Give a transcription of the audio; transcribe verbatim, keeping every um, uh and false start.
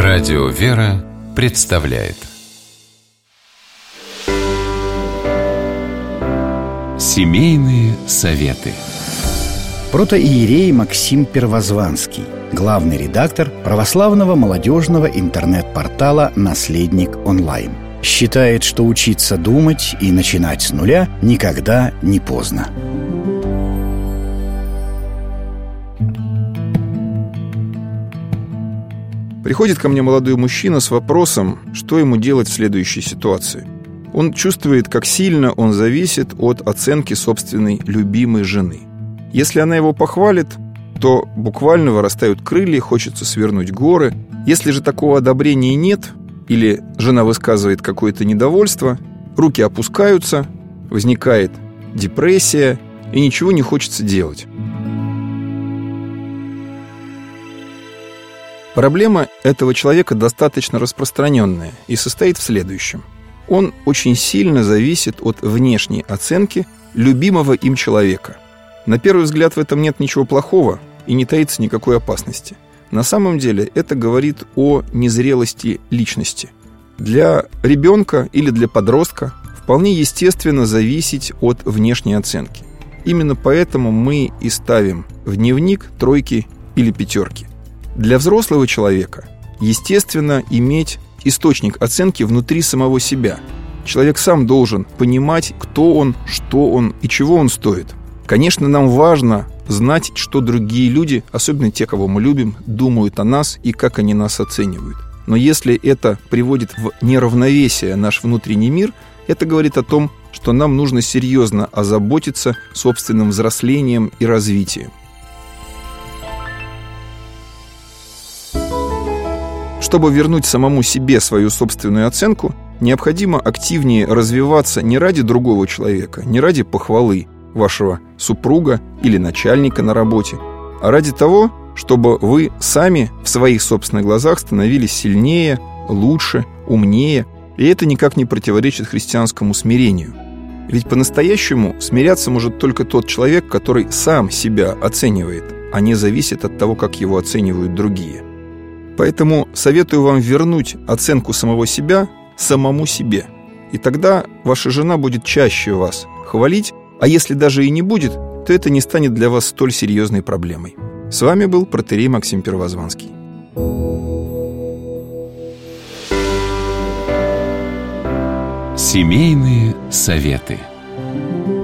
Радио «Вера» представляет Семейные советы. Протоиерей Максим Первозванский, главный редактор православного молодежного интернет-портала «Наследник онлайн», считает, что учиться думать и начинать с нуля никогда не поздно. Приходит ко мне молодой мужчина с вопросом, что ему делать в следующей ситуации. Он чувствует, как сильно он зависит от оценки собственной любимой жены. Если она его похвалит, то буквально вырастают крылья, хочется свернуть горы. Если же такого одобрения нет, или жена высказывает какое-то недовольство, руки опускаются, возникает депрессия, и ничего не хочется делать. Проблема этого человека достаточно распространенная и состоит в следующем. Он очень сильно зависит от внешней оценки любимого им человека. На первый взгляд в этом нет ничего плохого и не таится никакой опасности. На самом деле это говорит о незрелости личности. Для ребенка или для подростка вполне естественно зависеть от внешней оценки. Именно поэтому мы и ставим в дневник тройки или пятерки. Для взрослого человека естественно иметь источник оценки внутри самого себя. Человек сам должен понимать, кто он, что он и чего он стоит. Конечно, нам важно знать, что другие люди, особенно те, кого мы любим, думают о нас и как они нас оценивают. Но если это приводит в неравновесие наш внутренний мир, это говорит о том, что нам нужно серьезно озаботиться собственным взрослением и развитием. Чтобы вернуть самому себе свою собственную оценку, необходимо активнее развиваться не ради другого человека, не ради похвалы вашего супруга или начальника на работе, а ради того, чтобы вы сами в своих собственных глазах становились сильнее, лучше, умнее, и это никак не противоречит христианскому смирению. Ведь по-настоящему смиряться может только тот человек, который сам себя оценивает, а не зависит от того, как его оценивают другие. Поэтому советую вам вернуть оценку самого себя самому себе. И тогда ваша жена будет чаще вас хвалить, а если даже и не будет, то это не станет для вас столь серьезной проблемой. С вами был протоиерей Максим Первозванский. Семейные советы.